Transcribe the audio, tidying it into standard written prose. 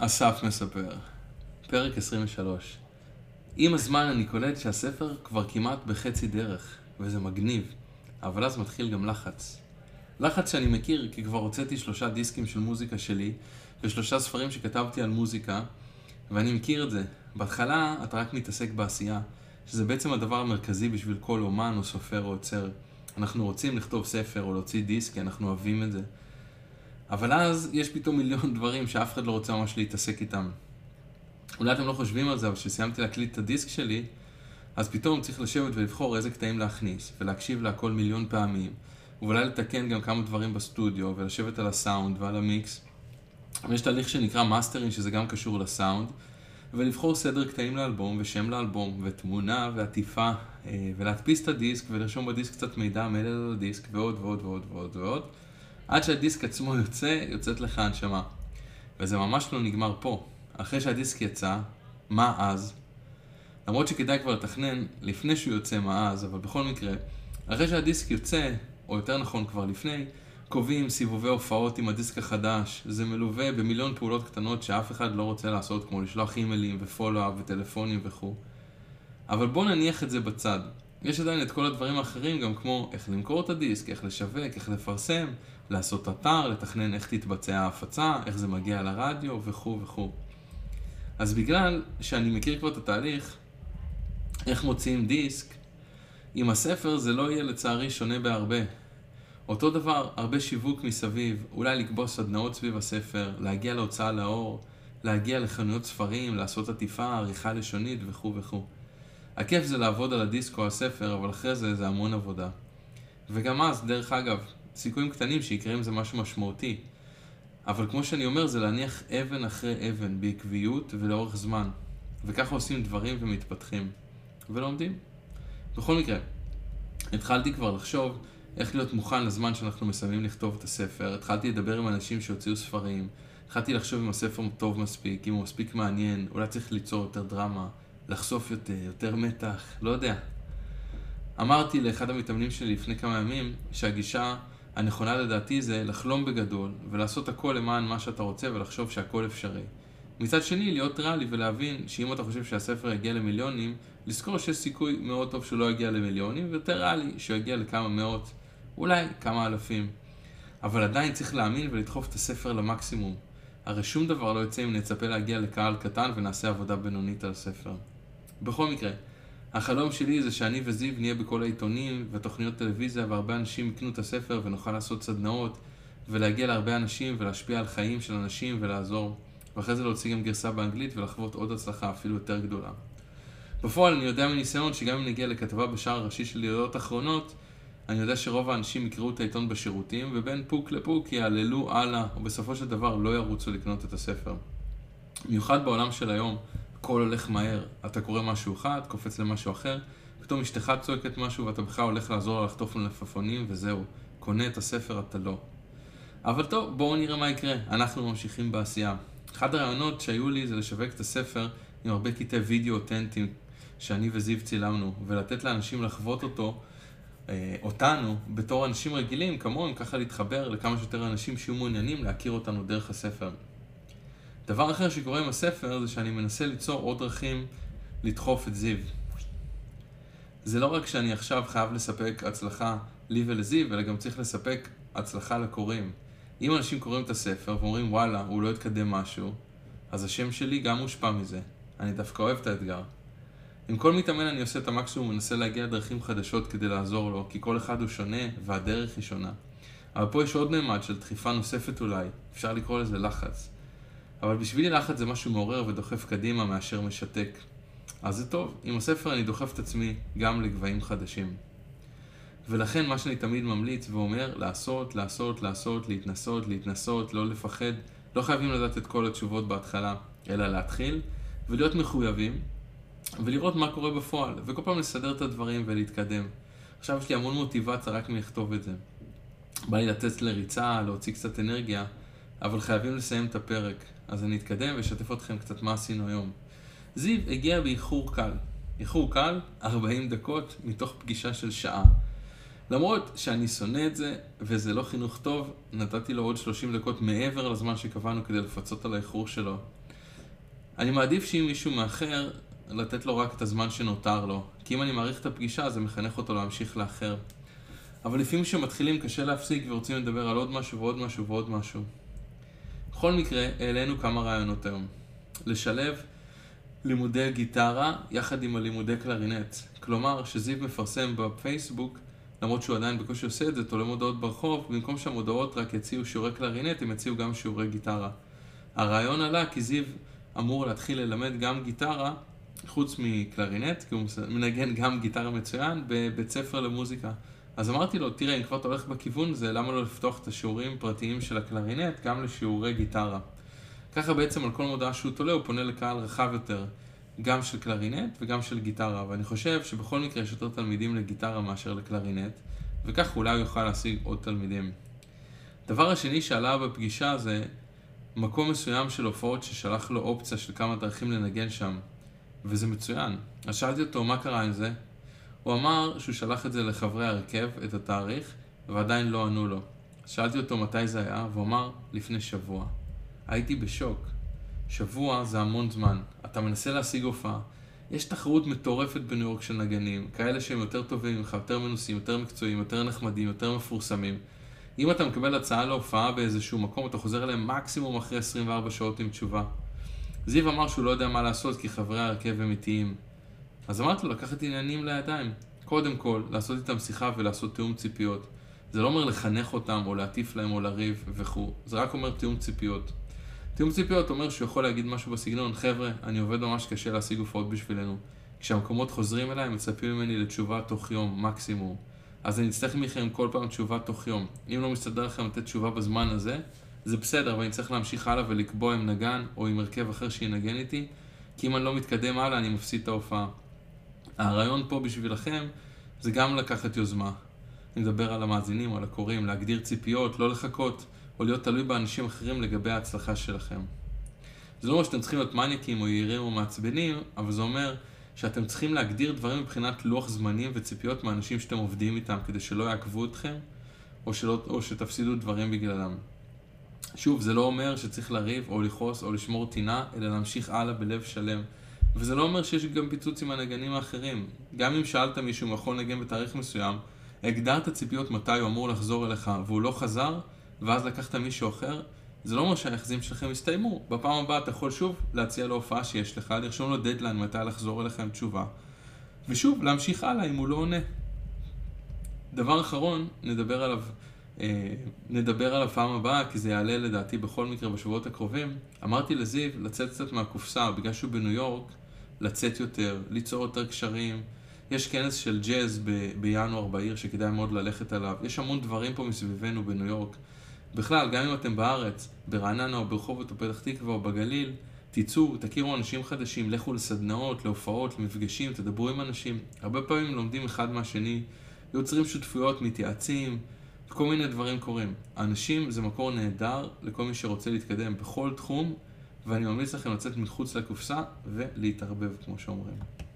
אסף מספר, פרק 23. עם הזמן אני קולט שהספר כבר כמעט בחצי דרך, וזה מגניב, אבל אז מתחיל גם לחץ. לחץ שאני מכיר כי כבר הוצאתי 3 דיסקים של מוזיקה שלי, ו3 ספרים שכתבתי על מוזיקה, ואני מכיר את זה. בהתחלה אתה רק מתעסק בעשייה, שזה בעצם הדבר המרכזי בשביל כל אומן או סופר או יוצר. אנחנו רוצים לכתוב ספר או להוציא דיסק כי אנחנו אוהבים את זה. אבל אז יש פתאום מיליון דברים שאף אחד לא רוצה ממש להתעסק איתם. אולי אתם לא חושבים על זה, אבל כשסיימתי להקליט את הדיסק שלי, אז פתאום צריך לשבת ולבחור איזה קטעים להכניס, ולהקשיב להכל מיליון פעמים, ואולי לתקן גם כמה דברים בסטודיו, ולשבת על הסאונד ועל המיקס. ויש תהליך שנקרא מאסטרינג, שזה גם קשור לסאונד, ולבחור סדר קטעים לאלבום, ושם לאלבום, ותמונה ועטיפה, ולהדפיס את הדיסק, ולרשום בדיסק קצת מידע מלא על הדיסק, ועוד ועוד ועוד ועוד ועוד, עד שהדיסק עצמו יוצאת לך הנשמה. וזה ממש לא נגמר פה. אחרי שהדיסק יצא, מה אז? למרות שכדאי כבר לתכנן לפני שהוא יוצא מה אז, אבל בכל מקרה, אחרי שהדיסק יוצא, או יותר נכון כבר לפני, קובעים סיבובי הופעות עם הדיסק החדש. זה מלווה במיליון פעולות קטנות שאף אחד לא רוצה לעשות, כמו לשלוח אימיילים ופולו-אפ וטלפונים וכו'. אבל בואו נניח את זה בצד. יש עדיין את כל הדברים האחרים, גם כמו איך למכור את הדיסק, איך לשווק, איך לפרסם, לעשות אתר, לתכנן איך תתבצע ההפצה, איך זה מגיע לרדיו וכו' וכו'. אז בגלל שאני מכיר כבר את התהליך, איך מוציאים דיסק, עם הספר זה לא יהיה לצערי שונה בהרבה. אותו דבר, הרבה שיווק מסביב, אולי לקבוע סדנאות סביב הספר, להגיע להוצאה לאור, להגיע לחנויות ספרים, לעשות עטיפה, עריכה לשונית וכו' וכו'. הכיף זה לעבוד על הדיסק או הספר, אבל אחרי זה המון עבודה. וגם אז, דרך אגב, סיכויים קטנים שיקרה עם זה משהו משמעותי. אבל כמו שאני אומר, זה להניח אבן אחרי אבן, בעקביות ולאורך זמן. וככה עושים דברים ומתפתחים. ולומדים. בכל מקרה, התחלתי כבר לחשוב איך להיות מוכן לזמן שאנחנו מסיימים לכתוב את הספר. התחלתי לדבר עם אנשים שהוציאו ספרים. התחלתי לחשוב אם הספר טוב מספיק, אם הוא מספיק מעניין, אולי צריך ליצור יותר דרמה, לחשוף יותר מתח, לא יודע. אמרתי לאחד המתאמנים שלי לפני כמה ימים שהגישה הנכונה לדעתי זה לחלום בגדול ולעשות הכל למען מה שאתה רוצה ולחשוב שהכל אפשרי. מצד שני, להיות ריאלי ולהבין שאם אתה חושב שהספר יגיע למיליונים, לזכור שיש סיכוי מאוד טוב שהוא לא יגיע למיליונים, ויותר ריאלי שהוא יגיע לכמה מאות, אולי כמה אלפים. אבל עדיין צריך להאמין ולדחוף את הספר למקסימום. הרי שום דבר לא יוצא אם נצפה להגיע לקהל קטן ונעשה עבודה בינונית על הספר. בכל מקרה, החלום שלי זה שאני וזיו נהיה בכל העיתונים ותוכניות טלוויזיה, והרבה אנשים יקנו את הספר ונוכל לעשות סדנאות ולהגיע להרבה אנשים ולהשפיע על חיים של אנשים ולעזור. ואחרי זה להוציא גם גרסה באנגלית ולחוות עוד הצלחה אפילו יותר גדולה. בפועל אני יודע מניסיון שגם אם נגיע לכתבה בשער הראשי של ידיעות אחרונות, אני יודע שרוב האנשים יקראו את העיתון בשירותים, ובין פוק לפוק יעללו הלאה, ובסופו של דבר לא ירוצו לקנות את הספר. מיוחד בעולם של היום, הכל הולך מהר. אתה קורא משהו אחד, קופץ למשהו אחר, פתאום אשתך צועקת משהו ואתה בכלל הולך לעזור לה לחטוף מלפפונים וזהו, קונה את הספר אתה לא. אבל טוב, בואו נראה מה יקרה. אנחנו ממשיכים בעשייה. אחד הרעיונות שהיו לי זה לשווק את הספר עם הרבה קטעי וידאו אותנטיים שאני וזיו צילמנו, ולתת לאנשים לחוות אותנו בתור אנשים רגילים כמוהם, ככה להתחבר לכמה שיותר אנשים שיהיו מעוניינים להכיר אותנו דרך הספר. דבר אחר שקורה עם הספר זה שאני מנסה ליצור עוד דרכים לדחוף את זיו. זה לא רק שאני עכשיו חייב לספק הצלחה לי ולזיו, אלא גם צריך לספק הצלחה לקוראים. אם אנשים קוראים את הספר ואומרים וואלה, הוא לא יתקדם משהו, אז השם שלי גם מושפע מזה. אני דווקא אוהב את האתגר. עם כל מתאמן אני עושה את המקסימום ומנסה להגיע לדרכים חדשות כדי לעזור לו, כי כל אחד הוא שונה והדרך היא שונה. אבל פה יש עוד ממד של דחיפה נוספת אולי, אפשר לקרוא לזה לחץ. אבל בשבילי לחץ זה משהו מעורר ודוחף קדימה מאשר משתק. אז זה טוב, עם הספר אני דוחף את עצמי גם לגבהים חדשים. ולכן מה שאני תמיד ממליץ ואומר, לעשות, להתנסות, לא לפחד. לא חייבים לדעת את כל התשובות בהתחלה, אלא להתחיל ולהיות מחויבים ולראות מה קורה בפועל, וכל פעם לסדר את הדברים ולהתקדם. עכשיו יש לי המון מוטיבציה רק מלכתוב את זה. בא לי לצאת לריצה, להוציא קצת אנרגיה, אבל חייבים לסיים את הפרק. אז אני אתקדם ואשתף אתכם קצת מה עשינו היום. זיו הגיע באיחור קל. איחור קל, 40 דקות מתוך פגישה של שעה. למרות שאני שונא את זה, וזה לא חינוך טוב, נתתי לו עוד 30 דקות מעבר לזמן שקבענו כדי לפצות על האיחור שלו. אני מעדיף שאם מישהו מאחר, לתת לו רק את הזמן שנותר לו. כי אם אני מעריך את הפגישה, זה מחנך אותו להמשיך לאחר. אבל לפעמים כשמתחילים קשה להפסיק ורוצים לדבר על עוד משהו ועוד משהו ועוד משהו. בכל מקרה, העלינו כמה רעיונות היום. לשלב לימודי גיטרה יחד עם הלימודי קלרינט. כלומר, שזיו מפרסם בפייסבוק, למרות שהוא עדיין בקושי עושה את זה, תולה מודעות ברחוב, במקום שהמודעות רק יציעו שיעורי קלרינט, הם יציעו גם שיעורי גיטרה. הרעיון עלה כי זיו אמור להתחיל ללמד גם גיטרה, חוץ מקלרינט, כי הוא מנגן גם גיטרה מצוין, בבית ספר למוזיקה. אז אמרתי לו, תראה, אם כבר אתה הולך בכיוון זה, למה לא לפתוח את השיעורים הפרטיים של הקלרינט גם לשיעורי גיטרה? ככה בעצם על כל מודעה שהוא תולה הוא פונה לקהל רחב יותר, גם של קלרינט וגם של גיטרה. ואני חושב שבכל מקרה יש יותר תלמידים לגיטרה מאשר לקלרינט, וכך אולי הוא יוכל להשיג עוד תלמידים. דבר השני שעלה בפגישה זה מקום מסוים של הופעות ששלח לו אופציה של כמה דרכים לנגן שם, וזה מצוין. אז שאלתי אותו מה קרה עם זה. הוא אמר שהוא שלח את זה לחברי הרכב, את התאריך, ועדיין לא ענו לו. שאלתי אותו מתי זה היה, והוא אמר לפני שבוע. הייתי בשוק. שבוע זה המון זמן. אתה מנסה להשיג הופעה. יש תחרות מטורפת בניו יורק של נגנים, כאלה שהם יותר טובים ממך, יותר מנוסים, יותר מקצועיים, יותר נחמדים, יותר מפורסמים. אם אתה מקבל הצעה להופעה באיזשהו מקום, אתה חוזר אליהם מקסימום אחרי 24 שעות עם תשובה. זיו אמר שהוא לא יודע מה לעשות כי חברי הרכב הם איטיים. אז אמרתי לו לקחת עניינים לידיים. קודם כל, לעשות איתם שיחה ולעשות תיאום ציפיות. זה לא אומר לחנך אותם או להטיף להם או לריב וכו'. זה רק אומר תיאום ציפיות. תיאום ציפיות אומר שהוא יכול להגיד משהו בסגנון, חבר'ה, אני עובד ממש קשה להשיג הופעות בשבילנו. כשהמקומות חוזרים אליי, מצפים ממני לתשובה תוך יום, מקסימום. אז אני אצטרך מכם כל פעם תשובה תוך יום. אם לא מסתדר לכם לתת תשובה בזמן הזה, זה בסדר, אבל אני צריך להמשיך הלאה ולקבוע עם נגן או עם הרכב אחר שינגן איתי, כי אם אני לא מתקדם הלאה, אני מפסיד את ההופעה. הרעיון פה בשבילכם זה גם לקחת יוזמה. אני מדבר על המאזינים או על הקוראים, להגדיר ציפיות, לא לחכות, או להיות תלוי באנשים אחרים לגבי ההצלחה שלכם. זה לא אומר שאתם צריכים להיות מניאקים או יעירים או מעצבנים, אבל זה אומר שאתם צריכים להגדיר דברים מבחינת לוח זמנים וציפיות מאנשים שאתם עובדים איתם, כדי שלא יעקבו אתכם, או שתפסידו דברים בגללם. שוב, זה לא אומר שצריך לריב או לכעוס או לשמור טינה, אלא להמשיך הלאה בלב שלם. וזה לא אומר שיש גם פיצוץ עם הנגנים האחרים. גם אם שאלת מישהו יכול לנגן בתאריך מסוים, הגדרת ציפיות מתי הוא אמור לחזור אליך והוא לא חזר, ואז לקחת מישהו אחר, זה לא אומר שהיחסים שלכם הסתיימו. בפעם הבאה אתה יכול שוב להציע לו הופעה שיש לך, לרשום לו דדליין מתי לחזור אליך עם תשובה. ושוב, להמשיך הלאה אם הוא לא עונה. דבר אחרון, נדבר עליו פעם הבאה, כי זה יעלה לדעתי בכל מקרה בשבועות הקרובים. אמרתי לזיו לצאת קצת מהקופסה, בגלל שהוא בניו יורק, לצאת יותר, ליצור יותר קשרים. יש כנס של ג'אז בינואר בעיר שכדאי מאוד ללכת עליו. יש המון דברים פה מסביבנו בניו יורק. בכלל, גם אם אתם בארץ, ברעננה או ברחובות או פתח תקווה או בגליל, תצאו, תכירו אנשים חדשים, לכו לסדנאות, להופעות, למפגשים, תדברו עם אנשים. הרבה פעמים לומדים אחד מהשני, יוצרים שותפויות, מתייעצים, וכל מיני דברים קורים. האנשים זה מקור נהדר לכל מי שרוצה להתקדם בכל תחום, ואני ממליץ לכם לצאת מחוץ לקופסה ולהתערבב, כמו שאומרים.